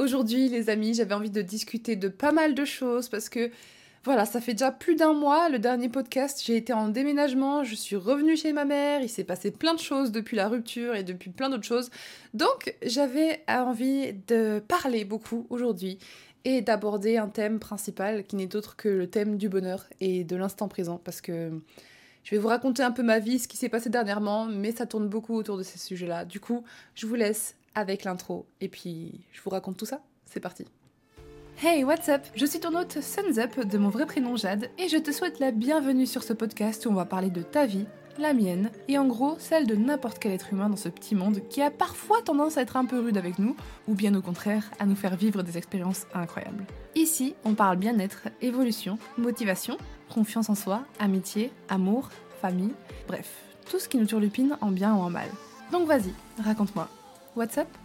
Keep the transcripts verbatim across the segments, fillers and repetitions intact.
Aujourd'hui, les amis, j'avais envie de discuter de pas mal de choses parce que voilà, ça fait déjà plus d'un mois, le dernier podcast, j'ai été en déménagement, je suis revenue chez ma mère, il s'est passé plein de choses depuis la rupture et depuis plein d'autres choses. Donc, j'avais envie de parler beaucoup aujourd'hui et d'aborder un thème principal qui n'est autre que le thème du bonheur et de l'instant présent parce que je vais vous raconter un peu ma vie, ce qui s'est passé dernièrement, mais ça tourne beaucoup autour de ces sujets-là. Du coup, je vous laisse avec l'intro et puis je vous raconte tout ça. C'est parti. Hey, what's up? Je suis ton hôte Suns Up de mon vrai prénom Jade et je te souhaite la bienvenue sur ce podcast où on va parler de ta vie, la mienne et en gros celle de n'importe quel être humain dans ce petit monde qui a parfois tendance à être un peu rude avec nous ou bien au contraire à nous faire vivre des expériences incroyables. Ici, on parle bien-être, évolution, motivation, confiance en soi, amitié, amour, famille, bref, tout ce qui nous turlupine en bien ou en mal. Donc vas-y, raconte-moi. What's up?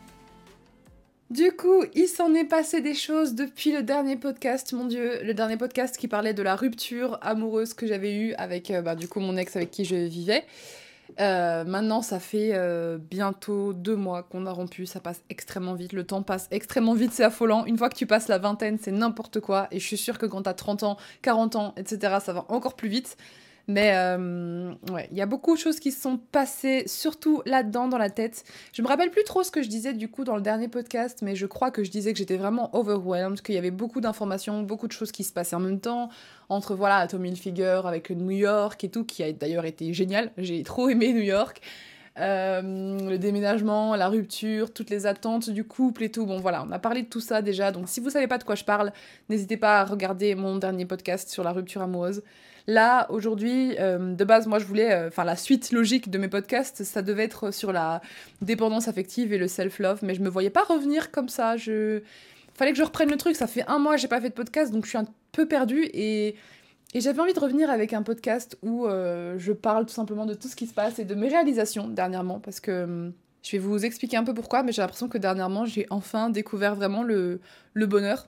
Du coup, il s'en est passé des choses depuis le dernier podcast, mon Dieu, le dernier podcast qui parlait de la rupture amoureuse que j'avais eue avec, euh, bah, du coup, mon ex avec qui je vivais. Euh, maintenant, ça fait euh, bientôt deux mois qu'on a rompu, ça passe extrêmement vite, le temps passe extrêmement vite, c'est affolant. Une fois que tu passes la vingtaine, c'est n'importe quoi, et je suis sûre que quand t'as trente ans, quarante ans, et cetera, ça va encore plus vite. Mais euh, ouais, il y a beaucoup de choses qui se sont passées, surtout là-dedans, dans la tête. Je me rappelle plus trop ce que je disais du coup dans le dernier podcast, mais je crois que je disais que j'étais vraiment overwhelmed, qu'il y avait beaucoup d'informations, beaucoup de choses qui se passaient en même temps, entre voilà, Atomy Hilfiger avec New York et tout, qui a d'ailleurs été génial, j'ai trop aimé New York. Euh, le déménagement, la rupture, toutes les attentes du couple et tout. Bon voilà, on a parlé de tout ça déjà, donc si vous savez pas de quoi je parle, n'hésitez pas à regarder mon dernier podcast sur la rupture amoureuse. Là, aujourd'hui, euh, de base, moi je voulais, enfin euh, la suite logique de mes podcasts, ça devait être sur la dépendance affective et le self-love, mais je me voyais pas revenir comme ça, je... Fallait que je reprenne le truc, ça fait un mois que j'ai pas fait de podcast, donc je suis un peu perdue et... Et j'avais envie de revenir avec un podcast où euh, je parle tout simplement de tout ce qui se passe et de mes réalisations dernièrement, parce que euh, je vais vous expliquer un peu pourquoi, mais j'ai l'impression que dernièrement, j'ai enfin découvert vraiment le, le bonheur.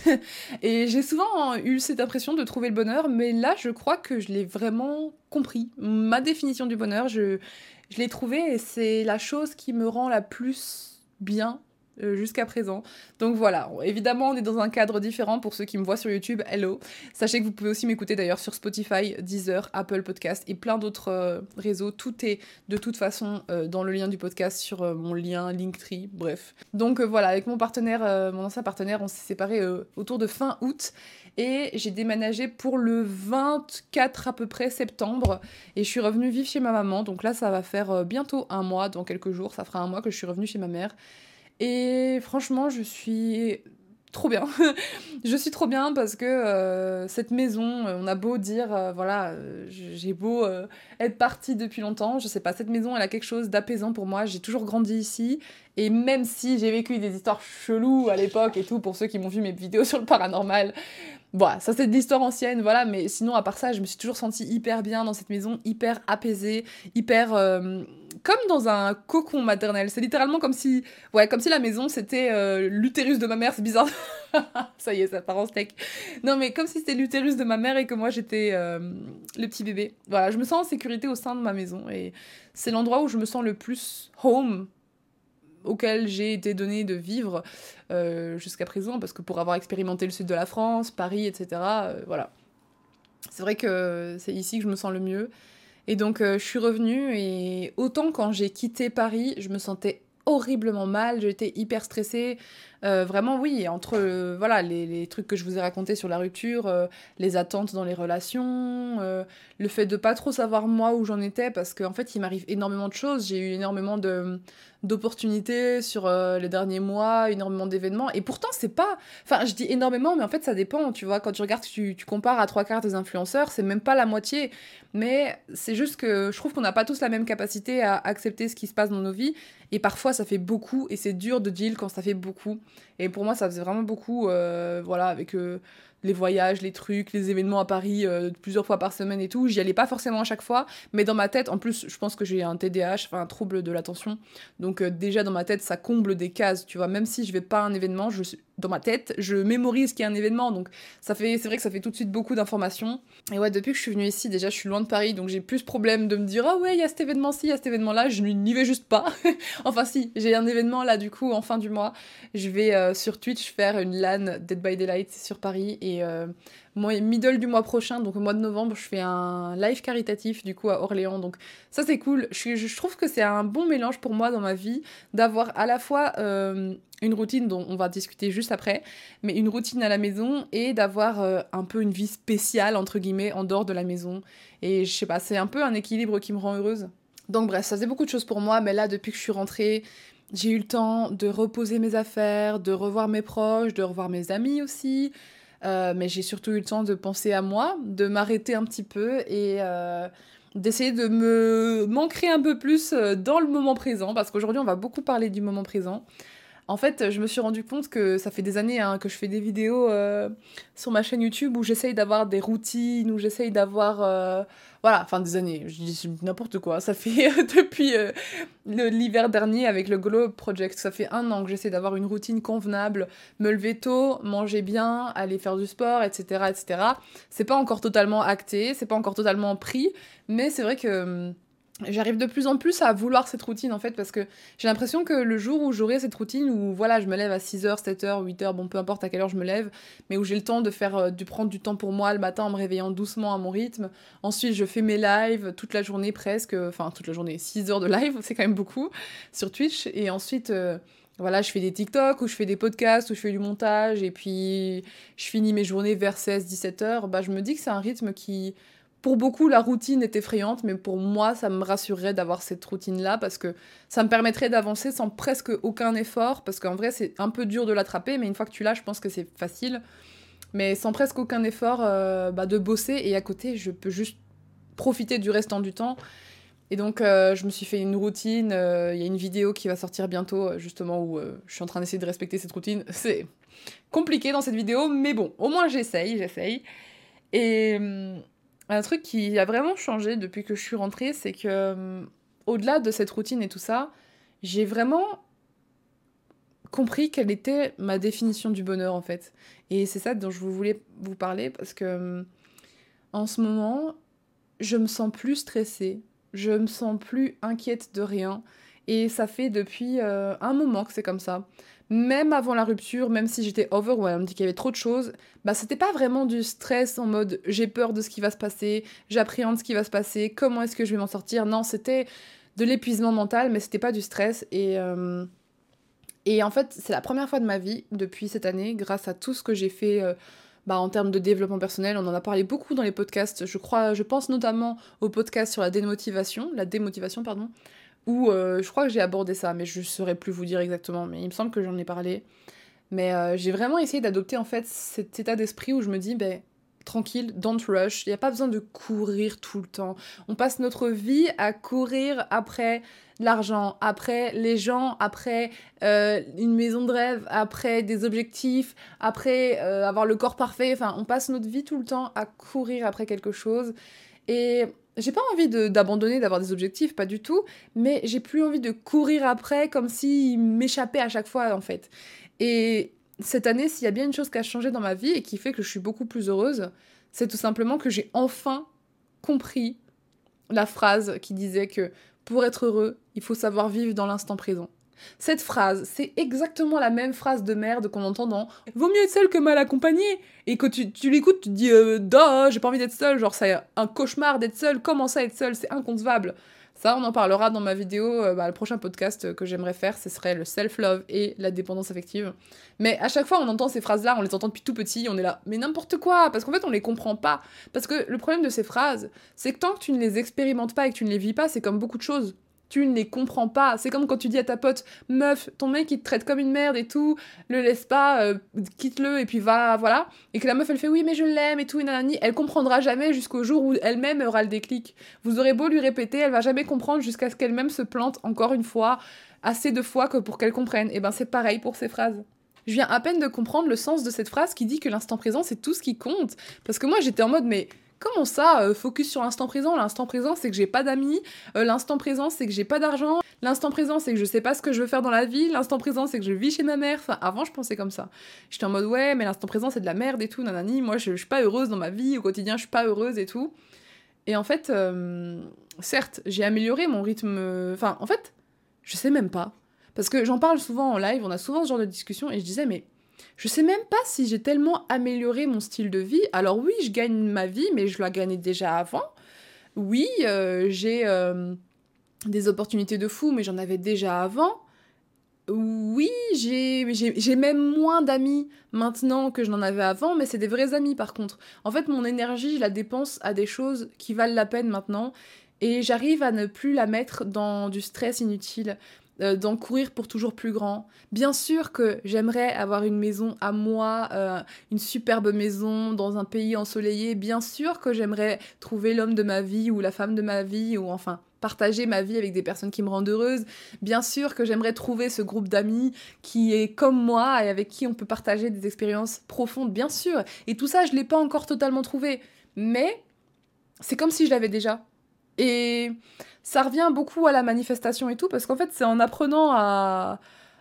Et j'ai souvent eu cette impression de trouver le bonheur, mais là, je crois que je l'ai vraiment compris. Ma définition du bonheur, je, je l'ai trouvée et c'est la chose qui me rend la plus bien Euh, jusqu'à présent. Donc voilà, évidemment on est dans un cadre différent pour ceux qui me voient sur YouTube, hello. Sachez que vous pouvez aussi m'écouter d'ailleurs sur Spotify, Deezer, Apple Podcast et plein d'autres euh, réseaux. Tout est de toute façon euh, dans le lien du podcast sur euh, mon lien Linktree, bref. Donc euh, voilà, avec mon partenaire, euh, mon ancien partenaire, on s'est séparés euh, autour de fin août et j'ai déménagé pour le vingt-quatre à peu près septembre et je suis revenue vivre chez ma maman. Donc là ça va faire euh, bientôt un mois, dans quelques jours, ça fera un mois que je suis revenue chez ma mère. Et franchement, je suis trop bien. Je suis trop bien parce que euh, cette maison, euh, on a beau dire, euh, voilà, euh, j'ai beau euh, être partie depuis longtemps, je sais pas, cette maison, elle a quelque chose d'apaisant pour moi. J'ai toujours grandi ici. Et même si j'ai vécu des histoires cheloues à l'époque et tout, pour ceux qui m'ont vu mes vidéos sur le paranormal, bon, ça c'est de l'histoire ancienne, voilà, mais sinon, à part ça, je me suis toujours sentie hyper bien dans cette maison, hyper apaisée, hyper... Euh, comme dans un cocon maternel. C'est littéralement comme si... Ouais, comme si la maison, c'était euh, l'utérus de ma mère, c'est bizarre. Ça y est, ça part en steak. Non, mais comme si c'était l'utérus de ma mère et que moi, j'étais euh, le petit bébé. Voilà, je me sens en sécurité au sein de ma maison, et c'est l'endroit où je me sens le plus home, auquel j'ai été donnée de vivre euh, jusqu'à présent, parce que pour avoir expérimenté le sud de la France, Paris, et cetera, euh, voilà. C'est vrai que c'est ici que je me sens le mieux. Et donc, euh, je suis revenue, et autant quand j'ai quitté Paris, je me sentais horriblement mal, j'étais hyper stressée. Euh, vraiment, oui, entre euh, voilà, les, les trucs que je vous ai racontés sur la rupture, euh, les attentes dans les relations, euh, le fait de pas trop savoir moi où j'en étais, parce qu'en fait, il m'arrive énormément de choses. J'ai eu énormément de, d'opportunités sur euh, les derniers mois, énormément d'événements, et pourtant, c'est pas... Enfin, je dis énormément, mais en fait, ça dépend, tu vois. Quand tu regardes, tu, tu compares à trois quarts des influenceurs, c'est même pas la moitié. Mais c'est juste que je trouve qu'on n'a pas tous la même capacité à accepter ce qui se passe dans nos vies. Et parfois, ça fait beaucoup. Et c'est dur de deal quand ça fait beaucoup. Et pour moi, ça faisait vraiment beaucoup. Euh, voilà, avec euh, les voyages, les trucs, les événements à Paris euh, plusieurs fois par semaine et tout. J'y allais pas forcément à chaque fois, mais dans ma tête, en plus, je pense que j'ai un T D A H, enfin un trouble de l'attention. Donc euh, déjà dans ma tête, ça comble des cases, tu vois. Même si je vais pas à un événement, je suis- dans ma tête, je mémorise qu'il y a un événement. Donc ça fait, c'est vrai que ça fait tout de suite beaucoup d'informations. Et ouais, depuis que je suis venue ici, déjà je suis loin de Paris, donc j'ai plus ce problème de me dire ah ouais, il y a cet événement-ci, il y a cet événement-là, je n'y vais juste pas. Enfin si, j'ai un événement là du coup en fin du mois. Je vais euh, sur Twitch faire une LAN Dead by Daylight sur Paris et euh, moi, middle du mois prochain, donc au mois de novembre, je fais un live caritatif du coup à Orléans. Donc ça c'est cool. Je, suis- je trouve que c'est un bon mélange pour moi dans ma vie d'avoir à la fois euh, une routine dont on va discuter juste après, mais une routine à la maison et d'avoir euh, un peu une vie spéciale entre guillemets en dehors de la maison. Et je sais pas, c'est un peu un équilibre qui me rend heureuse. Donc bref, ça faisait beaucoup de choses pour moi, mais là depuis que je suis rentrée, j'ai eu le temps de reposer mes affaires, de revoir mes proches, de revoir mes amis aussi. Euh, mais j'ai surtout eu le temps de penser à moi, de m'arrêter un petit peu et euh, d'essayer de me m'ancrer un peu plus euh, dans le moment présent, parce qu'aujourd'hui on va beaucoup parler du moment présent. En fait, je me suis rendu compte que ça fait des années hein, que je fais des vidéos euh, sur ma chaîne YouTube où j'essaye d'avoir des routines, où j'essaye d'avoir... euh, Voilà, enfin des années, je dis n'importe quoi. Ça fait euh, depuis euh, le- l'hiver dernier avec le Glow Project, ça fait un an que j'essaie d'avoir une routine convenable, me lever tôt, manger bien, aller faire du sport, et cetera, et cetera. C'est pas encore totalement acté, c'est pas encore totalement pris, mais c'est vrai que... hum, j'arrive de plus en plus à vouloir cette routine en fait parce que j'ai l'impression que le jour où j'aurai cette routine où voilà je me lève à six heures, sept heures, huit heures, bon peu importe à quelle heure je me lève, mais où j'ai le temps de faire euh, de prendre du temps pour moi le matin en me réveillant doucement à mon rythme. Ensuite je fais mes lives toute la journée presque, enfin toute la journée, six heures de live, c'est quand même beaucoup sur Twitch et ensuite euh, voilà, je fais des TikTok ou je fais des podcasts ou je fais du montage et puis je finis mes journées vers seize dix-sept heures. Bah je me dis que c'est un rythme qui pour beaucoup, la routine est effrayante, mais pour moi, ça me rassurerait d'avoir cette routine-là parce que ça me permettrait d'avancer sans presque aucun effort. Parce qu'en vrai, c'est un peu dur de l'attraper, mais une fois que tu l'as, je pense que c'est facile. Mais sans presque aucun effort euh, bah, de bosser. Et à côté, je peux juste profiter du restant du temps. Et donc, euh, je me suis fait une routine. euh, Il y a une vidéo qui va sortir bientôt, euh, justement, où euh, je suis en train d'essayer de respecter cette routine. C'est compliqué dans cette vidéo, mais bon, au moins j'essaye, j'essaye. Et hum, un truc qui a vraiment changé depuis que je suis rentrée, c'est que hum, au-delà de cette routine et tout ça, j'ai vraiment compris quelle était ma définition du bonheur en fait. Et c'est ça dont je voulais vous parler parce que hum, en ce moment, je me sens plus stressée, je me sens plus inquiète de rien. Et ça fait depuis euh, un moment que c'est comme ça. Même avant la rupture, même si j'étais overwhelmed, qu'il y avait trop de choses, bah c'était pas vraiment du stress en mode j'ai peur de ce qui va se passer, j'appréhende ce qui va se passer, comment est-ce que je vais m'en sortir. Non, c'était de l'épuisement mental, mais c'était pas du stress. Et, euh, et en fait, c'est la première fois de ma vie, depuis cette année, grâce à tout ce que j'ai fait euh, bah, en termes de développement personnel. On en a parlé beaucoup dans les podcasts. Je crois, je pense notamment au podcast sur la démotivation, la démotivation, pardon, où euh, je crois que j'ai abordé ça, mais je saurais plus vous dire exactement. Mais il me semble que j'en ai parlé. Mais euh, j'ai vraiment essayé d'adopter en fait cet état d'esprit où je me dis, ben tranquille, don't rush, il n'y a pas besoin de courir tout le temps. On passe notre vie à courir après l'argent, après les gens, après euh, une maison de rêve, après des objectifs, après euh, avoir le corps parfait. Enfin, on passe notre vie tout le temps à courir après quelque chose. Et j'ai pas envie de- d'abandonner, d'avoir des objectifs, pas du tout, mais j'ai plus envie de courir après comme s'ils m'échappaient à chaque fois en fait. Et cette année, s'il y a bien une chose qui a changé dans ma vie et qui fait que je suis beaucoup plus heureuse, c'est tout simplement que j'ai enfin compris la phrase qui disait que pour être heureux, il faut savoir vivre dans l'instant présent. Cette phrase, c'est exactement la même phrase de merde qu'on entend dans Vaut mieux être seul que mal accompagné. Et quand tu, tu l'écoutes, tu te dis euh, Duh, j'ai pas envie d'être seul, genre c'est un cauchemar d'être seul, comment ça être seul, c'est inconcevable. Ça, on en parlera dans ma vidéo, euh, bah, le prochain podcast que j'aimerais faire, ce serait le self-love et la dépendance affective. Mais à chaque fois, on entend ces phrases-là, on les entend depuis tout petit, on est là, mais n'importe quoi, parce qu'en fait, on les comprend pas. Parce que le problème de ces phrases, c'est que tant que tu ne les expérimentes pas et que tu ne les vis pas, c'est comme beaucoup de choses. Tu ne les comprends pas. C'est comme quand tu dis à ta pote, meuf, ton mec il te traite comme une merde et tout, le laisse pas, euh, quitte-le et puis va, voilà. Et que la meuf elle fait oui mais je l'aime et tout, et nanani. Elle comprendra jamais jusqu'au jour où elle-même aura le déclic. Vous aurez beau lui répéter, elle va jamais comprendre jusqu'à ce qu'elle-même se plante encore une fois, assez de fois que pour qu'elle comprenne. Et ben c'est pareil pour ces phrases. Je viens à peine de comprendre le sens de cette phrase qui dit que l'instant présent, c'est tout ce qui compte. Parce que moi, j'étais en mode, mais comment ça, euh, focus sur l'instant présent? L'instant présent, c'est que j'ai pas d'amis. Euh, l'instant présent, c'est que j'ai pas d'argent. L'instant présent, c'est que je sais pas ce que je veux faire dans la vie. L'instant présent, c'est que je vis chez ma mère. Enfin, avant, je pensais comme ça. J'étais en mode, ouais, mais l'instant présent, c'est de la merde et tout, nanani. Moi, je, je suis pas heureuse dans ma vie. Au quotidien, je suis pas heureuse et tout. Et en fait, euh, certes, j'ai amélioré mon rythme... Enfin, en fait, je sais même pas. Parce que j'en parle souvent en live, on a souvent ce genre de discussion, et je disais, mais je sais même pas si j'ai tellement amélioré mon style de vie. Alors oui, je gagne ma vie, mais je la gagnais déjà avant. Oui, euh, j'ai euh, des opportunités de fou, mais j'en avais déjà avant. Oui, j'ai, j'ai, j'ai même moins d'amis maintenant que je n'en avais avant, mais c'est des vrais amis par contre. En fait, mon énergie, je la dépense à des choses qui valent la peine maintenant, et j'arrive à ne plus la mettre dans du stress inutile, euh, d'en courir pour toujours plus grand. Bien sûr que j'aimerais avoir une maison à moi, euh, une superbe maison dans un pays ensoleillé. Bien sûr que j'aimerais trouver l'homme de ma vie ou la femme de ma vie, ou enfin partager ma vie avec des personnes qui me rendent heureuse. Bien sûr que j'aimerais trouver ce groupe d'amis qui est comme moi et avec qui on peut partager des expériences profondes, bien sûr. Et tout ça, je l'ai pas encore totalement trouvé. Mais c'est comme si je l'avais déjà. Et ça revient beaucoup à la manifestation et tout, parce qu'en fait, c'est en apprenant à...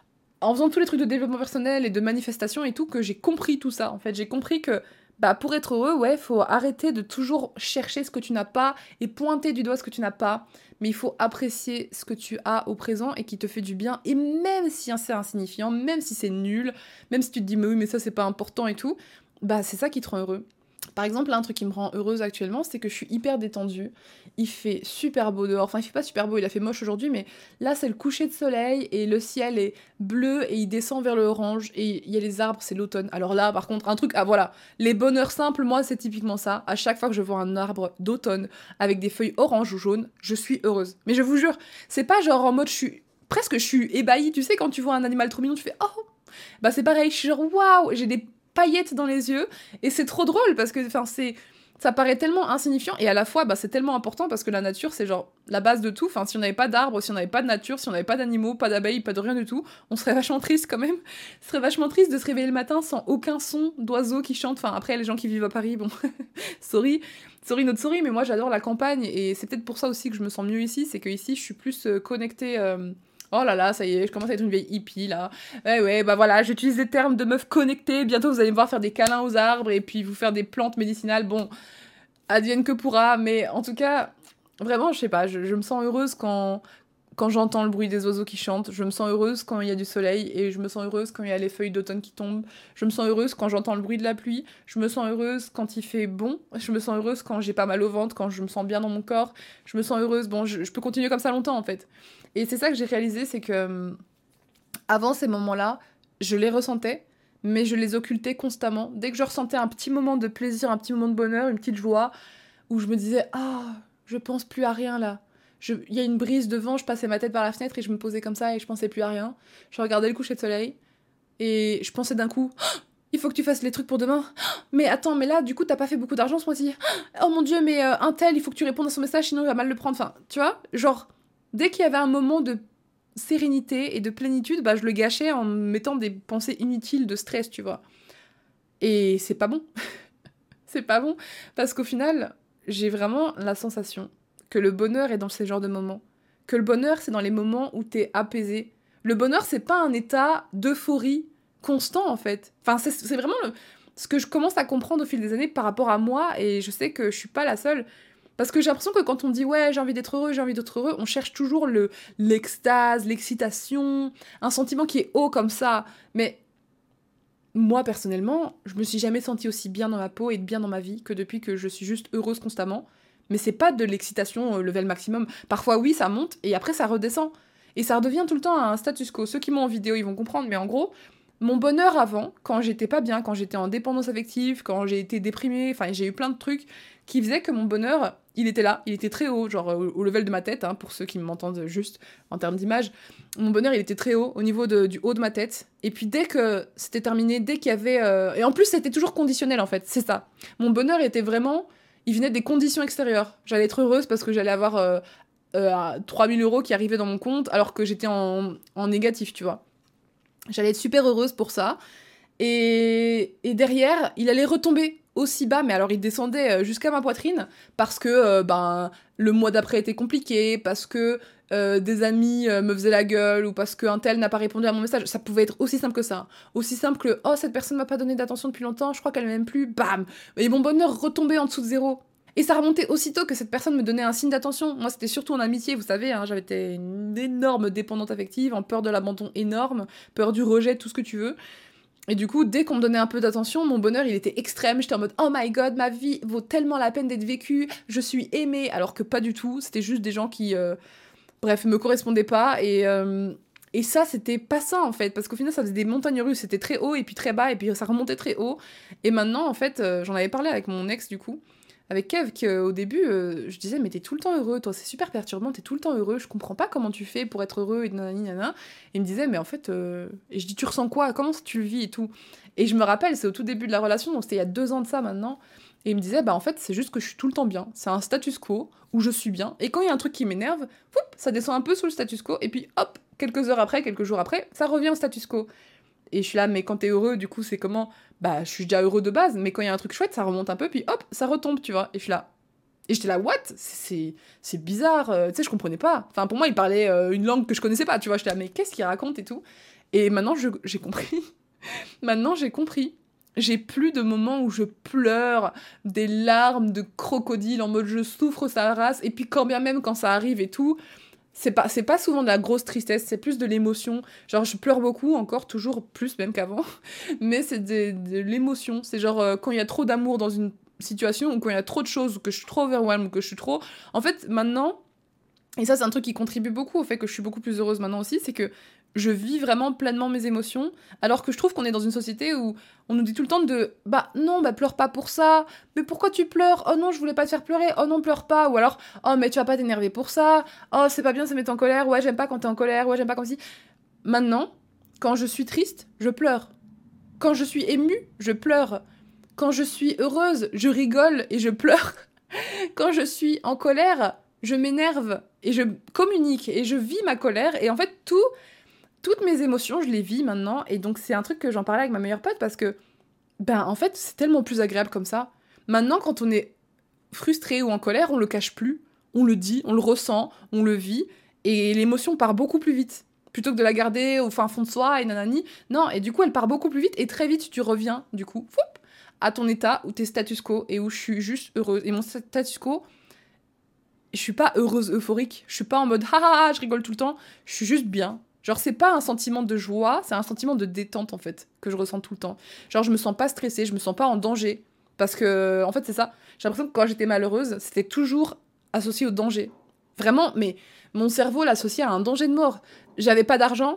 En faisant tous les trucs de développement personnel et de manifestation et tout, que j'ai compris tout ça. En fait, j'ai compris que bah, pour être heureux, ouais, faut arrêter de toujours chercher ce que tu n'as pas et pointer du doigt ce que tu n'as pas. Mais il faut apprécier ce que tu as au présent et qui te fait du bien. Et même si c'est insignifiant, même si c'est nul, même si tu te dis, mais oui, mais ça, c'est pas important et tout, bah, c'est ça qui te rend heureux. Par exemple, là, un truc qui me rend heureuse actuellement, c'est que je suis hyper détendue. Il fait super beau dehors. Enfin, il fait pas super beau, il a fait moche aujourd'hui, mais là, c'est le coucher de soleil et le ciel est bleu et il descend vers le orange et il y a les arbres, c'est l'automne. Alors là, par contre, un truc... Ah, voilà. Les bonheurs simples, moi, c'est typiquement ça. À chaque fois que je vois un arbre d'automne avec des feuilles orange ou jaunes, je suis heureuse. Mais je vous jure, c'est pas genre en mode je suis... Presque, je suis ébahie. Tu sais, quand tu vois un animal trop mignon, tu fais « Oh !» Bah, c'est pareil. Je suis genre « Waouh !» J'ai des paillettes dans les yeux, et c'est trop drôle parce que enfin c'est ça paraît tellement insignifiant et à la fois bah c'est tellement important parce que la nature c'est genre la base de tout. Enfin si on n'avait pas d'arbres, si on n'avait pas de nature, si on n'avait pas d'animaux, pas d'abeilles, pas de rien du tout, on serait vachement triste quand même. Ce serait vachement triste de se réveiller le matin sans aucun son d'oiseaux qui chantent. Enfin après les gens qui vivent à Paris, bon sorry, sorry notre sorry, mais moi j'adore la campagne et c'est peut-être pour ça aussi que je me sens mieux ici, c'est que ici je suis plus euh, connectée euh, oh là là, ça y est, je commence à être une vieille hippie, là. Ouais, ouais, bah voilà, j'utilise des termes de meuf connectée. Bientôt, vous allez me voir faire des câlins aux arbres et puis vous faire des plantes médicinales. Bon, advienne que pourra. Mais en tout cas, vraiment, je sais pas, je, je me sens heureuse quand, quand j'entends le bruit des oiseaux qui chantent. Je me sens heureuse quand il y a du soleil et je me sens heureuse quand il y a les feuilles d'automne qui tombent. Je me sens heureuse quand j'entends le bruit de la pluie. Je me sens heureuse quand il fait bon. Je me sens heureuse quand j'ai pas mal au ventre, quand je me sens bien dans mon corps. Je me sens heureuse. Bon, je, je peux continuer comme ça longtemps, en fait. Et c'est ça que j'ai réalisé, c'est que euh, avant ces moments-là, je les ressentais, mais je les occultais constamment. Dès que je ressentais un petit moment de plaisir, un petit moment de bonheur, une petite joie, où je me disais « Ah, je pense plus à rien là ». Il y a une brise de vent, je passais ma tête par la fenêtre et je me posais comme ça et je pensais plus à rien. Je regardais le coucher de soleil et je pensais d'un coup oh, « Il faut que tu fasses les trucs pour demain. Oh, mais attends, mais là, du coup, t'as pas fait beaucoup d'argent ce mois-ci. Oh mon Dieu, mais euh, un tel, il faut que tu répondes à son message, sinon il va mal le prendre. » Enfin, tu vois, genre... Dès qu'il y avait un moment de sérénité et de plénitude, bah, je le gâchais en mettant des pensées inutiles de stress, tu vois. Et c'est pas bon. C'est pas bon. Parce qu'au final, j'ai vraiment la sensation que le bonheur est dans ces genres de moments. Que le bonheur, c'est dans les moments où t'es apaisé. Le bonheur, c'est pas un état d'euphorie constant, en fait. Enfin, c'est, c'est vraiment le, ce que je commence à comprendre au fil des années par rapport à moi, et je sais que je suis pas la seule. Parce que j'ai l'impression que quand on dit « ouais, j'ai envie d'être heureux, j'ai envie d'être heureux », on cherche toujours le, l'extase, l'excitation, un sentiment qui est haut comme ça. Mais moi, personnellement, je me suis jamais sentie aussi bien dans ma peau et bien dans ma vie que depuis que je suis juste heureuse constamment. Mais c'est pas de l'excitation euh, level maximum. Parfois, oui, ça monte et après, ça redescend. Et ça redevient tout le temps un status quo. Ceux qui m'ont en vidéo, ils vont comprendre. Mais en gros, mon bonheur avant, quand j'étais pas bien, quand j'étais en dépendance affective, quand j'ai été déprimée, enfin, j'ai eu plein de trucs qui faisaient que mon bonheur, il était là, il était très haut, genre au, au level de ma tête, hein, pour ceux qui m'entendent juste en termes d'image. Mon bonheur, il était très haut, au niveau de, du haut de ma tête. Et puis dès que c'était terminé, dès qu'il y avait... Euh... Et en plus, c'était toujours conditionnel, en fait, c'est ça. Mon bonheur était vraiment... Il venait des conditions extérieures. J'allais être heureuse parce que j'allais avoir euh, euh, trois mille euros qui arrivaient dans mon compte, alors que j'étais en, en négatif, tu vois. J'allais être super heureuse pour ça. Et, et derrière, il allait retomber aussi bas, mais alors il descendait jusqu'à ma poitrine, parce que euh, ben, le mois d'après était compliqué, parce que euh, des amis euh, me faisaient la gueule, ou parce qu'un tel n'a pas répondu à mon message. Ça pouvait être aussi simple que ça. Aussi simple que « Oh, cette personne m'a pas donné d'attention depuis longtemps, je crois qu'elle m'aime plus. » Bam. Et mon bonheur retombait en dessous de zéro. Et ça remontait aussitôt que cette personne me donnait un signe d'attention. Moi, c'était surtout en amitié, vous savez, hein, j'avais été une énorme dépendante affective, en peur de l'abandon énorme, peur du rejet, tout ce que tu veux. Et du coup, dès qu'on me donnait un peu d'attention, mon bonheur, il était extrême. J'étais en mode « Oh my god, ma vie vaut tellement la peine d'être vécue, je suis aimée », alors que pas du tout. C'était juste des gens qui, euh, bref, me correspondaient pas. Et, euh, et ça, c'était pas ça, en fait, parce qu'au final, ça faisait des montagnes russes. C'était très haut, et puis très bas, et puis ça remontait très haut. Et maintenant, en fait, euh, j'en avais parlé avec mon ex, du coup, avec Kev, qu'au début, euh, je disais « Mais t'es tout le temps heureux, toi, c'est super perturbant, t'es tout le temps heureux, je comprends pas comment tu fais pour être heureux, et nanani, nanana. » Et il me disait « Mais en fait... Euh... » Et je dis « Tu ressens quoi? Comment tu le vis et tout ?» Et je me rappelle, c'est au tout début de la relation, donc c'était il y a deux ans de ça maintenant, et il me disait « Bah en fait, c'est juste que je suis tout le temps bien, c'est un status quo où je suis bien, et quand il y a un truc qui m'énerve, poup, ça descend un peu sous le status quo, et puis hop, quelques heures après, quelques jours après, ça revient au status quo. » Et je suis là, mais quand t'es heureux, du coup, c'est comment? Bah, je suis déjà heureux de base, mais quand il y a un truc chouette, ça remonte un peu, puis hop, ça retombe, tu vois. Et je suis là, et j'étais là, what? C'est, c'est bizarre, euh, tu sais, je comprenais pas. Enfin, pour moi, il parlait euh, une langue que je connaissais pas, tu vois. J'étais là, mais qu'est-ce qu'il raconte et tout? Et maintenant, je, j'ai compris. Maintenant, j'ai compris. J'ai plus de moments où je pleure des larmes de crocodile en mode je souffre sa race. Et puis, quand bien même, quand ça arrive et tout, c'est pas, c'est pas souvent de la grosse tristesse, c'est plus de l'émotion. Genre, je pleure beaucoup, encore, toujours plus même qu'avant. Mais c'est de, de l'émotion. C'est genre, euh, quand il y a trop d'amour dans une situation, ou quand il y a trop de choses, ou que je suis trop overwhelmed, ou que je suis trop... En fait, maintenant, et ça c'est un truc qui contribue beaucoup au fait que je suis beaucoup plus heureuse maintenant aussi, c'est que je vis vraiment pleinement mes émotions, alors que je trouve qu'on est dans une société où on nous dit tout le temps de « Bah non, bah pleure pas pour ça, mais pourquoi tu pleures? Oh non, je voulais pas te faire pleurer, oh non, pleure pas » ou alors « Oh mais tu vas pas t'énerver pour ça, oh c'est pas bien, ça met en colère, ouais j'aime pas quand t'es en colère, ouais j'aime pas comme si... » Maintenant, quand je suis triste, je pleure. Quand je suis émue, je pleure. Quand je suis heureuse, je rigole et je pleure. Quand je suis en colère, je m'énerve et je communique et je vis ma colère. Et en fait, tout, toutes mes émotions, je les vis maintenant. Et donc, c'est un truc que j'en parlais avec ma meilleure pote parce que, ben, en fait, c'est tellement plus agréable comme ça. Maintenant, quand on est frustré ou en colère, on le cache plus. On le dit, on le ressent, on le vit. Et l'émotion part beaucoup plus vite. Plutôt que de la garder au fin fond de soi et nanani. Non, et du coup, elle part beaucoup plus vite. Et très vite, tu reviens, du coup, foup, à ton état où t'es status quo et où je suis juste heureuse. Et mon status quo, je suis pas heureuse euphorique. Je suis pas en mode ha ha ha, je rigole tout le temps. Je suis juste bien. Genre, c'est pas un sentiment de joie, c'est un sentiment de détente, en fait, que je ressens tout le temps. Genre, je me sens pas stressée, je me sens pas en danger. Parce que, en fait, c'est ça. J'ai l'impression que quand j'étais malheureuse, c'était toujours associé au danger. Vraiment, mais mon cerveau l'associait à un danger de mort. J'avais pas d'argent,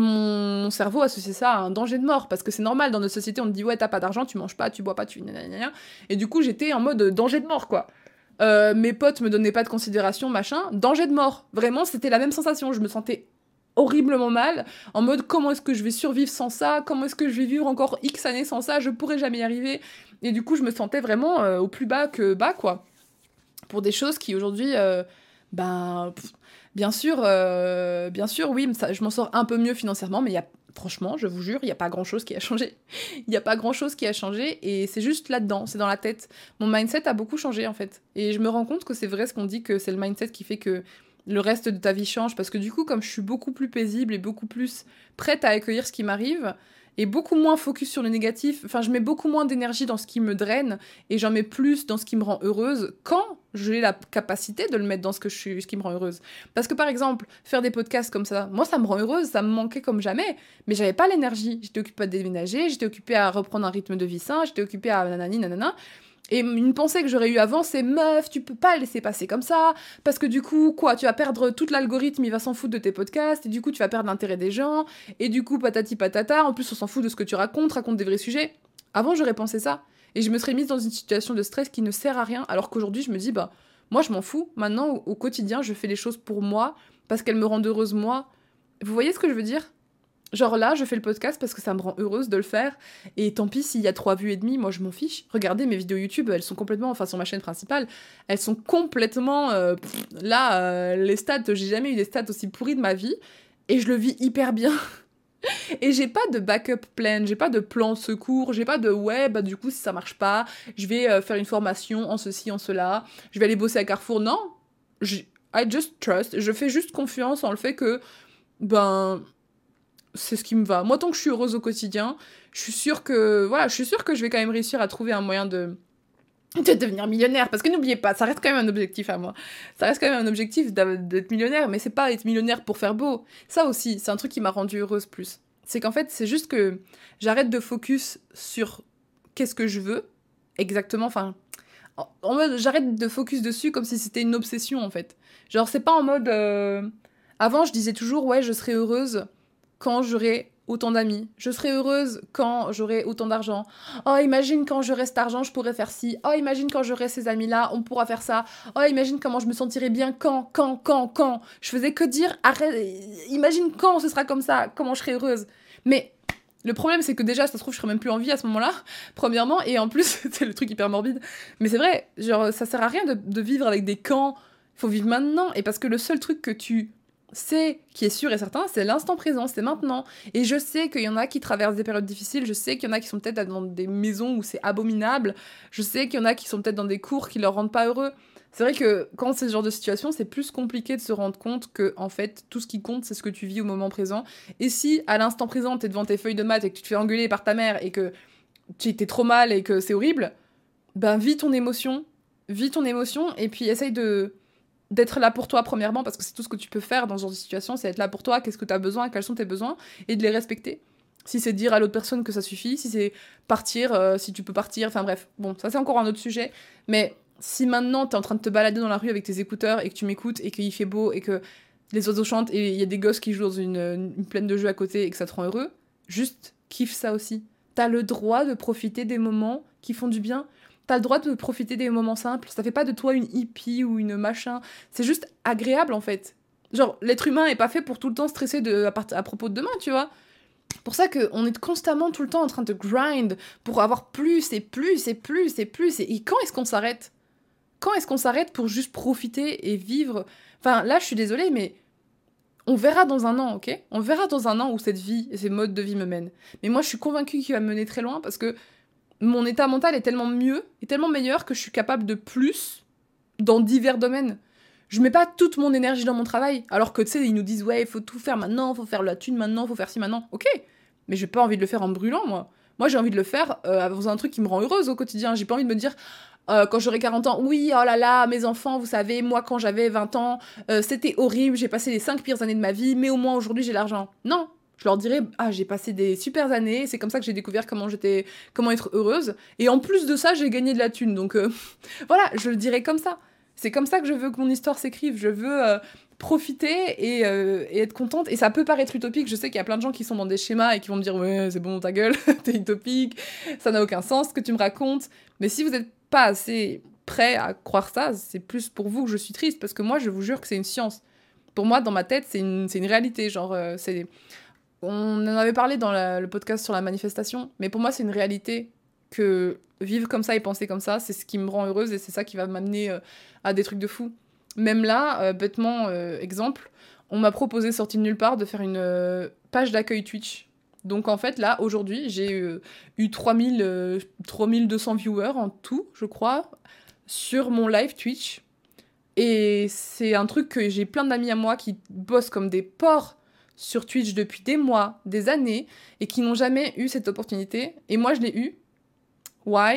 mon cerveau associait ça à un danger de mort, parce que c'est normal, dans notre société, on te dit « Ouais, t'as pas d'argent, tu manges pas, tu bois pas, tu... » Et du coup, j'étais en mode danger de mort, quoi. Euh, mes potes me donnaient pas de considération, machin, danger de mort. Vraiment, c'était la même sensation, je me sentais horriblement mal, en mode comment est-ce que je vais survivre sans ça, comment est-ce que je vais vivre encore X années sans ça, je pourrais jamais y arriver. Et du coup, je me sentais vraiment euh, au plus bas que bas, quoi. Pour des choses qui, aujourd'hui, euh, ben, pff, bien sûr, euh, bien sûr, oui, ça, je m'en sors un peu mieux financièrement, mais il y a, franchement, je vous jure, il n'y a pas grand-chose qui a changé. Il n'y a pas grand-chose qui a changé, et c'est juste là-dedans, c'est dans la tête. Mon mindset a beaucoup changé, en fait. Et je me rends compte que c'est vrai ce qu'on dit, que c'est le mindset qui fait que le reste de ta vie change, parce que du coup, comme je suis beaucoup plus paisible et beaucoup plus prête à accueillir ce qui m'arrive, et beaucoup moins focus sur le négatif, enfin, je mets beaucoup moins d'énergie dans ce qui me draine, et j'en mets plus dans ce qui me rend heureuse, quand j'ai la capacité de le mettre dans ce, que je suis, ce qui me rend heureuse. Parce que, par exemple, faire des podcasts comme ça, moi, ça me rend heureuse, ça me manquait comme jamais, mais j'avais pas l'énergie. J'étais occupée à déménager, j'étais occupée à reprendre un rythme de vie sain, j'étais occupée à nanani, nanana. Et une pensée que j'aurais eue avant, c'est « Meuf, tu peux pas laisser passer comme ça, parce que du coup, quoi, tu vas perdre tout l'algorithme, il va s'en foutre de tes podcasts, et du coup, tu vas perdre l'intérêt des gens, et du coup, patati patata, en plus, on s'en fout de ce que tu racontes, raconte des vrais sujets. » Avant, j'aurais pensé ça, et je me serais mise dans une situation de stress qui ne sert à rien, alors qu'aujourd'hui, je me dis « Bah, moi, je m'en fous. Maintenant, au, au quotidien, je fais les choses pour moi, parce qu'elles me rendent heureuse, moi. » Vous voyez ce que je veux dire ? Genre là, je fais le podcast parce que ça me rend heureuse de le faire, et tant pis s'il y a trois vues et demie, moi je m'en fiche. Regardez mes vidéos YouTube, elles sont complètement, enfin sur ma chaîne principale, elles sont complètement, euh, pff, là, euh, les stats, j'ai jamais eu des stats aussi pourries de ma vie, et je le vis hyper bien. Et j'ai pas de backup plan, j'ai pas de plan secours, j'ai pas de ouais, bah du coup, si ça marche pas, je vais euh, faire une formation en ceci, en cela, je vais aller bosser à Carrefour. Non, j- I just trust, je fais juste confiance en le fait que, ben, c'est ce qui me va. Moi, tant que je suis heureuse au quotidien, je suis sûre que, voilà, je suis sûre que je vais quand même réussir à trouver un moyen de de devenir millionnaire, parce que n'oubliez pas, ça reste quand même un objectif à moi. Ça reste quand même un objectif d'a- d'être millionnaire, mais c'est pas être millionnaire pour faire beau. Ça aussi, c'est un truc qui m'a rendue heureuse plus. C'est qu'en fait, c'est juste que j'arrête de focus sur qu'est-ce que je veux, exactement, enfin, en, en mode, j'arrête de focus dessus comme si c'était une obsession, en fait. Genre, c'est pas en mode... euh, Avant, je disais toujours, ouais, je serai heureuse quand j'aurai autant d'amis. Je serai heureuse quand j'aurai autant d'argent. Oh, imagine quand j'aurai cet argent, je pourrais faire ci. Oh, imagine quand j'aurai ces amis-là, on pourra faire ça. Oh, imagine comment je me sentirai bien quand, quand, quand, quand. Je faisais que dire, arrête, imagine quand ce sera comme ça, comment je serai heureuse. Mais le problème, c'est que déjà, ça se trouve, je serais même plus en vie à ce moment-là, premièrement, et en plus, c'est le truc hyper morbide. Mais c'est vrai, genre, ça sert à rien de, de vivre avec des quand. Il faut vivre maintenant, et parce que le seul truc que tu sais qui est sûr et certain, c'est l'instant présent, c'est maintenant. Et je sais qu'il y en a qui traversent des périodes difficiles, je sais qu'il y en a qui sont peut-être dans des maisons où c'est abominable, je sais qu'il y en a qui sont peut-être dans des cours qui leur rendent pas heureux. C'est vrai que quand c'est ce genre de situation, c'est plus compliqué de se rendre compte que, en fait, tout ce qui compte, c'est ce que tu vis au moment présent. Et si, à l'instant présent, t'es devant tes feuilles de maths et que tu te fais engueuler par ta mère et que tu t'es trop mal et que c'est horrible, ben vis ton émotion, vis ton émotion et puis essaye de d'être là pour toi premièrement, parce que c'est tout ce que tu peux faire dans ce genre de situation, c'est être là pour toi, qu'est-ce que tu as besoin, quels sont tes besoins, et de les respecter. Si c'est dire à l'autre personne que ça suffit, si c'est partir, euh, si tu peux partir, enfin bref, bon, ça c'est encore un autre sujet, mais si maintenant t'es en train de te balader dans la rue avec tes écouteurs et que tu m'écoutes et qu'il fait beau et que les oiseaux chantent et il y a des gosses qui jouent dans une, une plaine de jeux à côté et que ça te rend heureux, juste kiffe ça aussi. T'as le droit de profiter des moments qui font du bien. T'as le droit de profiter des moments simples. Ça fait pas de toi une hippie ou une machin. C'est juste agréable, en fait. Genre, l'être humain est pas fait pour tout le temps stresser de, à, part- à propos de demain, tu vois. C'est pour ça qu'on est constamment, tout le temps, en train de grind pour avoir plus et plus et plus et plus. Et, et quand est-ce qu'on s'arrête ? Quand est-ce qu'on s'arrête pour juste profiter et vivre ? Enfin, là, je suis désolée, mais on verra dans un an, ok ? On verra dans un an où cette vie et ces modes de vie me mènent. Mais moi, je suis convaincue qu'il va me mener très loin parce que mon état mental est tellement mieux, est tellement meilleur que je suis capable de plus dans divers domaines. Je mets pas toute mon énergie dans mon travail, alors que tu sais, ils nous disent ouais, il faut tout faire maintenant, faut faire la thune maintenant, faut faire ci maintenant. Ok, mais j'ai pas envie de le faire en brûlant, moi. Moi, j'ai envie de le faire euh, en faisant un truc qui me rend heureuse au quotidien. J'ai pas envie de me dire, euh, quand j'aurai quarante ans, oui, oh là là, mes enfants, vous savez, moi, quand j'avais vingt ans, euh, c'était horrible, j'ai passé les cinq pires années de ma vie, mais au moins aujourd'hui, j'ai l'argent. Non, je leur dirais, ah, j'ai passé des super années, c'est comme ça que j'ai découvert comment j'étais, comment être heureuse, et en plus de ça, j'ai gagné de la thune, donc euh, voilà, je le dirais comme ça. C'est comme ça que je veux que mon histoire s'écrive, je veux euh, profiter et, euh, et être contente, et ça peut paraître utopique, je sais qu'il y a plein de gens qui sont dans des schémas et qui vont me dire, ouais, c'est bon, ta gueule, t'es utopique, ça n'a aucun sens ce que tu me racontes, mais si vous êtes pas assez prêt à croire ça, c'est plus pour vous que je suis triste, parce que moi, je vous jure que c'est une science. Pour moi, dans ma tête, c'est une, c'est une réalité, genre, euh, c'est... On en avait parlé dans la- le podcast sur la manifestation, mais pour moi, c'est une réalité que vivre comme ça et penser comme ça, c'est ce qui me rend heureuse et c'est ça qui va m'amener euh, à des trucs de fou. Même là, euh, bêtement, euh, exemple, on m'a proposé, sorti de nulle part, de faire une euh, page d'accueil Twitch. Donc en fait, là, aujourd'hui, j'ai euh, eu trois mille, euh, trois mille deux cents viewers en tout, je crois, sur mon live Twitch. Et c'est un truc que j'ai plein d'amis à moi qui bossent comme des porcs sur Twitch depuis des mois, des années, et qui n'ont jamais eu cette opportunité. Et moi, je l'ai eu. Why ?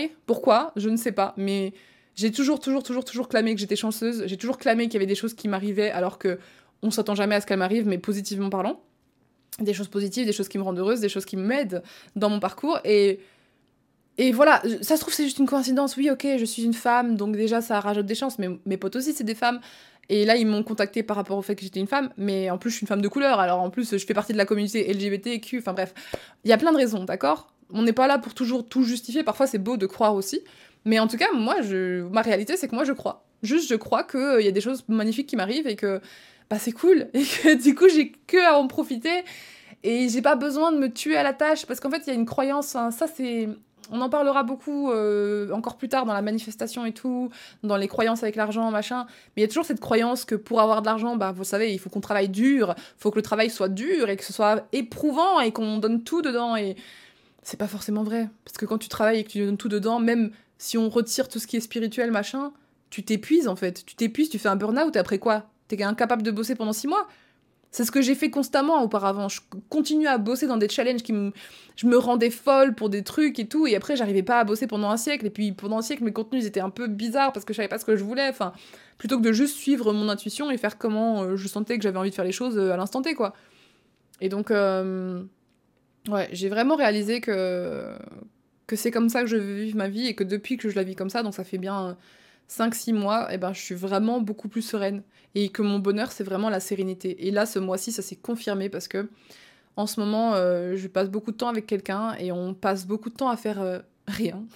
Pourquoi ? Je ne sais pas. Mais j'ai toujours, toujours, toujours, toujours clamé que j'étais chanceuse. J'ai toujours clamé qu'il y avait des choses qui m'arrivaient alors que on s'attend jamais à ce qu'elles m'arrivent, mais positivement parlant. Des choses positives, des choses qui me rendent heureuse, des choses qui m'aident dans mon parcours. Et, et voilà, ça se trouve, c'est juste une coïncidence. Oui, ok, je suis une femme, donc déjà, ça rajoute des chances. Mais mes potes aussi, c'est des femmes. Et là, ils m'ont contacté par rapport au fait que j'étais une femme, mais en plus, je suis une femme de couleur, alors en plus, je fais partie de la communauté L G B T Q, enfin bref. Il y a plein de raisons, d'accord ? On n'est pas là pour toujours tout justifier, parfois c'est beau de croire aussi, mais en tout cas, moi, je... ma réalité, c'est que moi, je crois. Juste, je crois qu'il y a des choses magnifiques qui m'arrivent et que bah, c'est cool, et que du coup, j'ai que à en profiter, et j'ai pas besoin de me tuer à la tâche, parce qu'en fait, il y a une croyance, hein, ça c'est... on en parlera beaucoup euh, encore plus tard dans la manifestation et tout, dans les croyances avec l'argent, machin. Mais il y a toujours cette croyance que pour avoir de l'argent, bah, vous savez, il faut qu'on travaille dur, il faut que le travail soit dur et que ce soit éprouvant et qu'on donne tout dedans. Et c'est pas forcément vrai. Parce que quand tu travailles et que tu donnes tout dedans, même si on retire tout ce qui est spirituel, machin, tu t'épuises en fait. Tu t'épuises, tu fais un burn-out et après quoi ? T'es incapable de bosser pendant six mois ? C'est ce que j'ai fait constamment auparavant. Je continue à bosser dans des challenges qui me... Je me rendais folle pour des trucs et tout, et après, j'arrivais pas à bosser pendant un siècle. Et puis, pendant un siècle, mes contenus étaient un peu bizarres parce que je savais pas ce que je voulais. Enfin, plutôt que de juste suivre mon intuition et faire comment euh, je sentais que j'avais envie de faire les choses euh, à l'instant T, quoi. Et donc, euh... ouais, j'ai vraiment réalisé que... que c'est comme ça que je veux vivre ma vie et que depuis que je la vis comme ça, donc ça fait bien cinq six mois, et ben, je suis vraiment beaucoup plus sereine. Et que mon bonheur, c'est vraiment la sérénité. Et là, ce mois-ci, ça s'est confirmé parce que en ce moment, euh, je passe beaucoup de temps avec quelqu'un et on passe beaucoup de temps à faire euh, rien.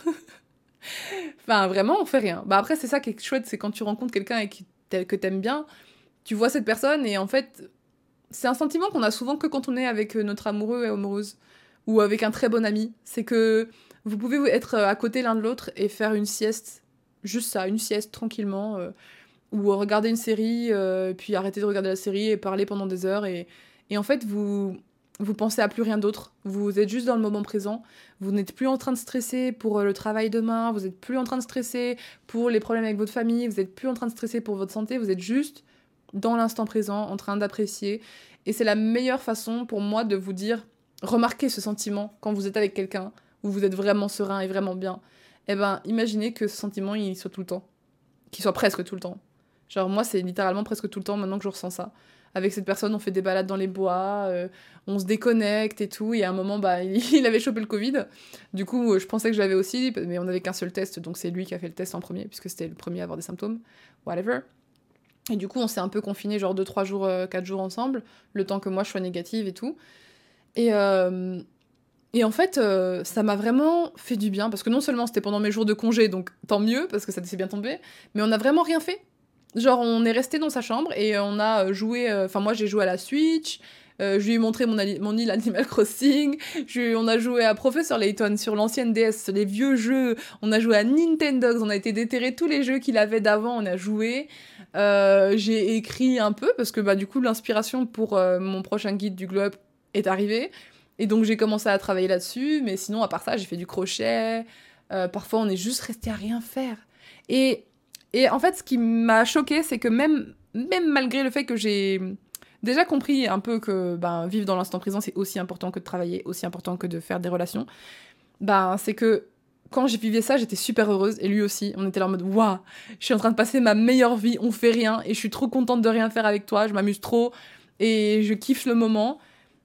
Enfin, vraiment, on fait rien. Bah après, c'est ça qui est chouette, c'est quand tu rencontres quelqu'un et qui t'a- que t'aimes bien, tu vois cette personne et en fait, c'est un sentiment qu'on a souvent que quand on est avec euh, notre amoureux et amoureuse ou avec un très bon ami. C'est que vous pouvez être à côté l'un de l'autre et faire une sieste, juste ça, une sieste tranquillement. euh, ou regarder une série, euh, puis arrêter de regarder la série et parler pendant des heures. Et, et en fait, vous, vous pensez à plus rien d'autre. Vous êtes juste dans le moment présent. Vous n'êtes plus en train de stresser pour euh, le travail demain. Vous n'êtes plus en train de stresser pour les problèmes avec votre famille. Vous n'êtes plus en train de stresser pour votre santé. Vous êtes juste dans l'instant présent, en train d'apprécier. Et c'est la meilleure façon pour moi de vous dire, remarquez ce sentiment quand vous êtes avec quelqu'un, où vous êtes vraiment serein et vraiment bien. Eh ben, imaginez que ce sentiment, il soit tout le temps. Qu'il soit presque tout le temps. Genre, moi, c'est littéralement presque tout le temps maintenant que je ressens ça. Avec cette personne, on fait des balades dans les bois, euh, on se déconnecte et tout. Et à un moment, bah, il, il avait chopé le Covid. Du coup, euh, je pensais que je l'avais aussi, mais on n'avait qu'un seul test, donc c'est lui qui a fait le test en premier, puisque c'était le premier à avoir des symptômes. Whatever. Et du coup, on s'est un peu confinés, genre deux trois jours, euh, quatre jours ensemble, le temps que moi je sois négative et tout. Et, euh, et en fait, euh, ça m'a vraiment fait du bien, parce que non seulement c'était pendant mes jours de congé, donc tant mieux, parce que ça s'est bien tombé, mais on n'a vraiment rien fait. Genre, on est resté dans sa chambre et on a joué. Enfin, euh, moi, j'ai joué à la Switch. Euh, je lui ai montré mon, ali- mon île Animal Crossing. Je, on a joué à Professor Layton sur l'ancienne D S, les vieux jeux. On a joué à Nintendogs. On a été déterrer tous les jeux qu'il avait d'avant. On a joué. Euh, j'ai écrit un peu parce que bah, du coup, l'inspiration pour euh, mon prochain guide du globe est arrivée. Et donc, j'ai commencé à travailler là-dessus. Mais sinon, à part ça, j'ai fait du crochet. Euh, parfois, on est juste resté à rien faire. Et et en fait, ce qui m'a choquée, c'est que même, même malgré le fait que j'ai déjà compris un peu que ben, vivre dans l'instant présent, c'est aussi important que de travailler, aussi important que de faire des relations, ben, c'est que quand j'ai vécu ça, j'étais super heureuse, et lui aussi. On était là en mode, waouh, je suis en train de passer ma meilleure vie, on fait rien, et je suis trop contente de rien faire avec toi, je m'amuse trop, et je kiffe le moment.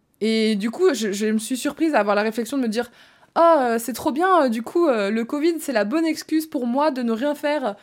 Et du coup, je, je me suis surprise à avoir la réflexion de me dire, ah, oh, c'est trop bien, du coup, euh, le Covid, c'est la bonne excuse pour moi de ne rien faire.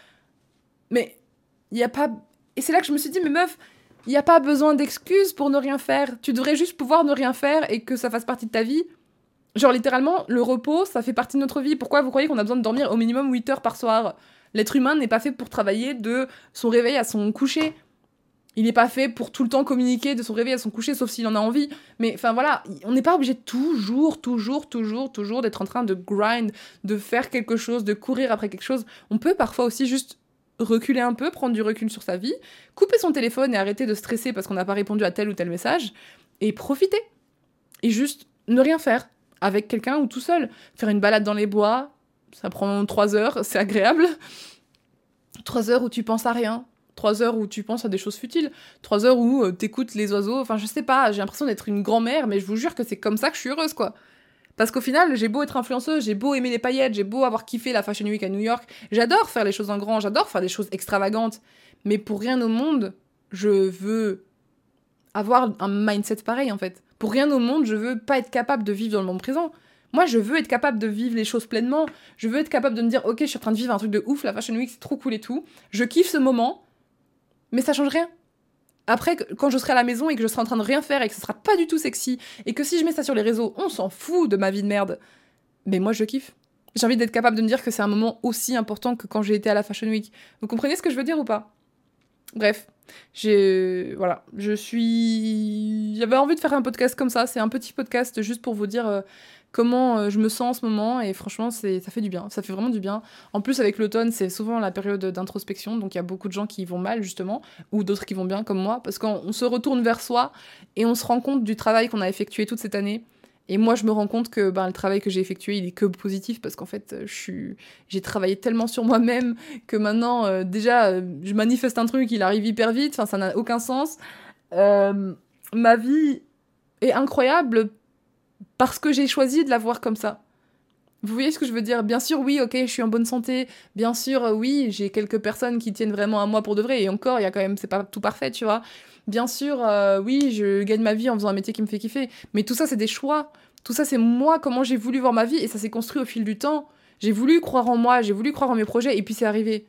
Mais il y a pas... Et c'est là que je me suis dit, mais meuf, il n'y a pas besoin d'excuses pour ne rien faire. Tu devrais juste pouvoir ne rien faire et que ça fasse partie de ta vie. Genre, littéralement, le repos, ça fait partie de notre vie. Pourquoi vous croyez qu'on a besoin de dormir au minimum huit heures par soir ? L'être humain n'est pas fait pour travailler de son réveil à son coucher. Il n'est pas fait pour tout le temps communiquer de son réveil à son coucher, sauf s'il en a envie. Mais enfin voilà, on n'est pas obligé toujours, toujours, toujours, toujours d'être en train de grind, de faire quelque chose, de courir après quelque chose. On peut parfois aussi juste reculer un peu, prendre du recul sur sa vie, couper son téléphone et arrêter de stresser parce qu'on n'a pas répondu à tel ou tel message, et profiter. Et juste ne rien faire, avec quelqu'un ou tout seul. Faire une balade dans les bois, ça prend trois heures, c'est agréable. Trois heures où tu penses à rien. Trois heures où tu penses à des choses futiles. Trois heures où euh, t'écoutes les oiseaux. Enfin, je sais pas, j'ai l'impression d'être une grand-mère, mais je vous jure que c'est comme ça que je suis heureuse, quoi. Parce qu'au final, j'ai beau être influenceuse, j'ai beau aimer les paillettes, j'ai beau avoir kiffé la Fashion Week à New York, j'adore faire les choses en grand, j'adore faire des choses extravagantes, mais pour rien au monde, je veux avoir un mindset pareil, en fait. Pour rien au monde, je veux pas être capable de vivre dans le moment présent. Moi, je veux être capable de vivre les choses pleinement, je veux être capable de me dire, ok, je suis en train de vivre un truc de ouf, la Fashion Week, c'est trop cool et tout, je kiffe ce moment, mais ça change rien. Après, quand je serai à la maison et que je serai en train de rien faire et que ce sera pas du tout sexy, et que si je mets ça sur les réseaux, on s'en fout de ma vie de merde. Mais moi, je kiffe. J'ai envie d'être capable de me dire que c'est un moment aussi important que quand j'ai été à la Fashion Week. Vous comprenez ce que je veux dire ou pas ? Bref, j'ai... Voilà, je suis... J'avais envie de faire un podcast comme ça, c'est un petit podcast juste pour vous dire... Euh, comment euh, je me sens en ce moment, et franchement, c'est, ça fait du bien, ça fait vraiment du bien. En plus, avec l'automne, c'est souvent la période d'introspection, donc il y a beaucoup de gens qui vont mal, justement, ou d'autres qui vont bien, comme moi, parce qu'on on se retourne vers soi, et on se rend compte du travail qu'on a effectué toute cette année. Et moi, je me rends compte que ben, le travail que j'ai effectué, il est que positif, parce qu'en fait, je suis... j'ai travaillé tellement sur moi-même que maintenant, euh, déjà, euh, je manifeste un truc, il arrive hyper vite, enfin, ça n'a aucun sens. Euh, ma vie est incroyable parce que j'ai choisi de la voir comme ça. Vous voyez ce que je veux dire? Bien sûr, oui, ok, je suis en bonne santé. Bien sûr, euh, oui, j'ai quelques personnes qui tiennent vraiment à moi pour de vrai. Et encore, il y a quand même, c'est pas tout parfait, tu vois. Bien sûr, euh, oui, je gagne ma vie en faisant un métier qui me fait kiffer. Mais tout ça, c'est des choix. Tout ça, c'est moi, comment j'ai voulu voir ma vie. Et ça s'est construit au fil du temps. J'ai voulu croire en moi, j'ai voulu croire en mes projets. Et puis, c'est arrivé.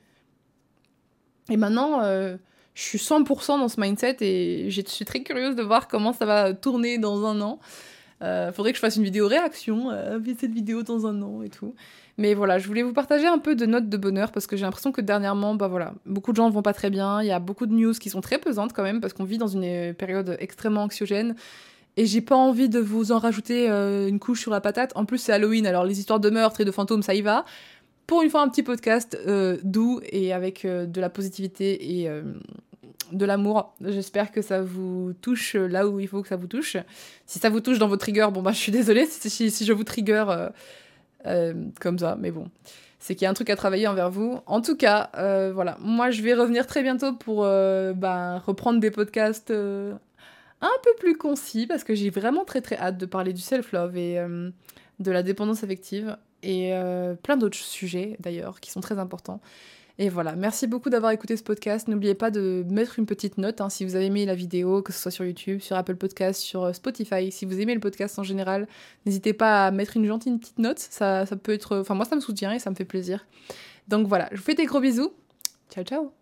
Et maintenant, euh, je suis cent pour cent dans ce mindset. Et je suis très curieuse de voir comment ça va tourner dans un an. Euh, faudrait que je fasse une vidéo réaction, euh, cette vidéo dans un an et tout. Mais voilà, je voulais vous partager un peu de notes de bonheur parce que j'ai l'impression que dernièrement, bah voilà, beaucoup de gens vont pas très bien. Il y a beaucoup de news qui sont très pesantes quand même parce qu'on vit dans une période extrêmement anxiogène. Et j'ai pas envie de vous en rajouter euh, une couche sur la patate. En plus, c'est Halloween, alors les histoires de meurtres et de fantômes, ça y va. Pour une fois, un petit podcast euh, doux et avec euh, de la positivité et euh, de l'amour. J'espère que ça vous touche là où il faut que ça vous touche. Si ça vous touche dans vos triggers, bon bah je suis désolée si, si, si je vous trigger euh, euh, comme ça, mais bon. C'est qu'il y a un truc à travailler envers vous. En tout cas, euh, voilà. Moi, je vais revenir très bientôt pour euh, bah, reprendre des podcasts euh, un peu plus concis parce que j'ai vraiment très très hâte de parler du self-love et euh, de la dépendance affective et euh, plein d'autres sujets d'ailleurs qui sont très importants. Et voilà, merci beaucoup d'avoir écouté ce podcast. N'oubliez pas de mettre une petite note hein, si vous avez aimé la vidéo, que ce soit sur YouTube, sur Apple Podcast, sur Spotify. Si vous aimez le podcast en général, n'hésitez pas à mettre une gentille petite note. Ça, ça peut être... Enfin, moi, ça me soutient et ça me fait plaisir. Donc voilà, je vous fais des gros bisous. Ciao, ciao.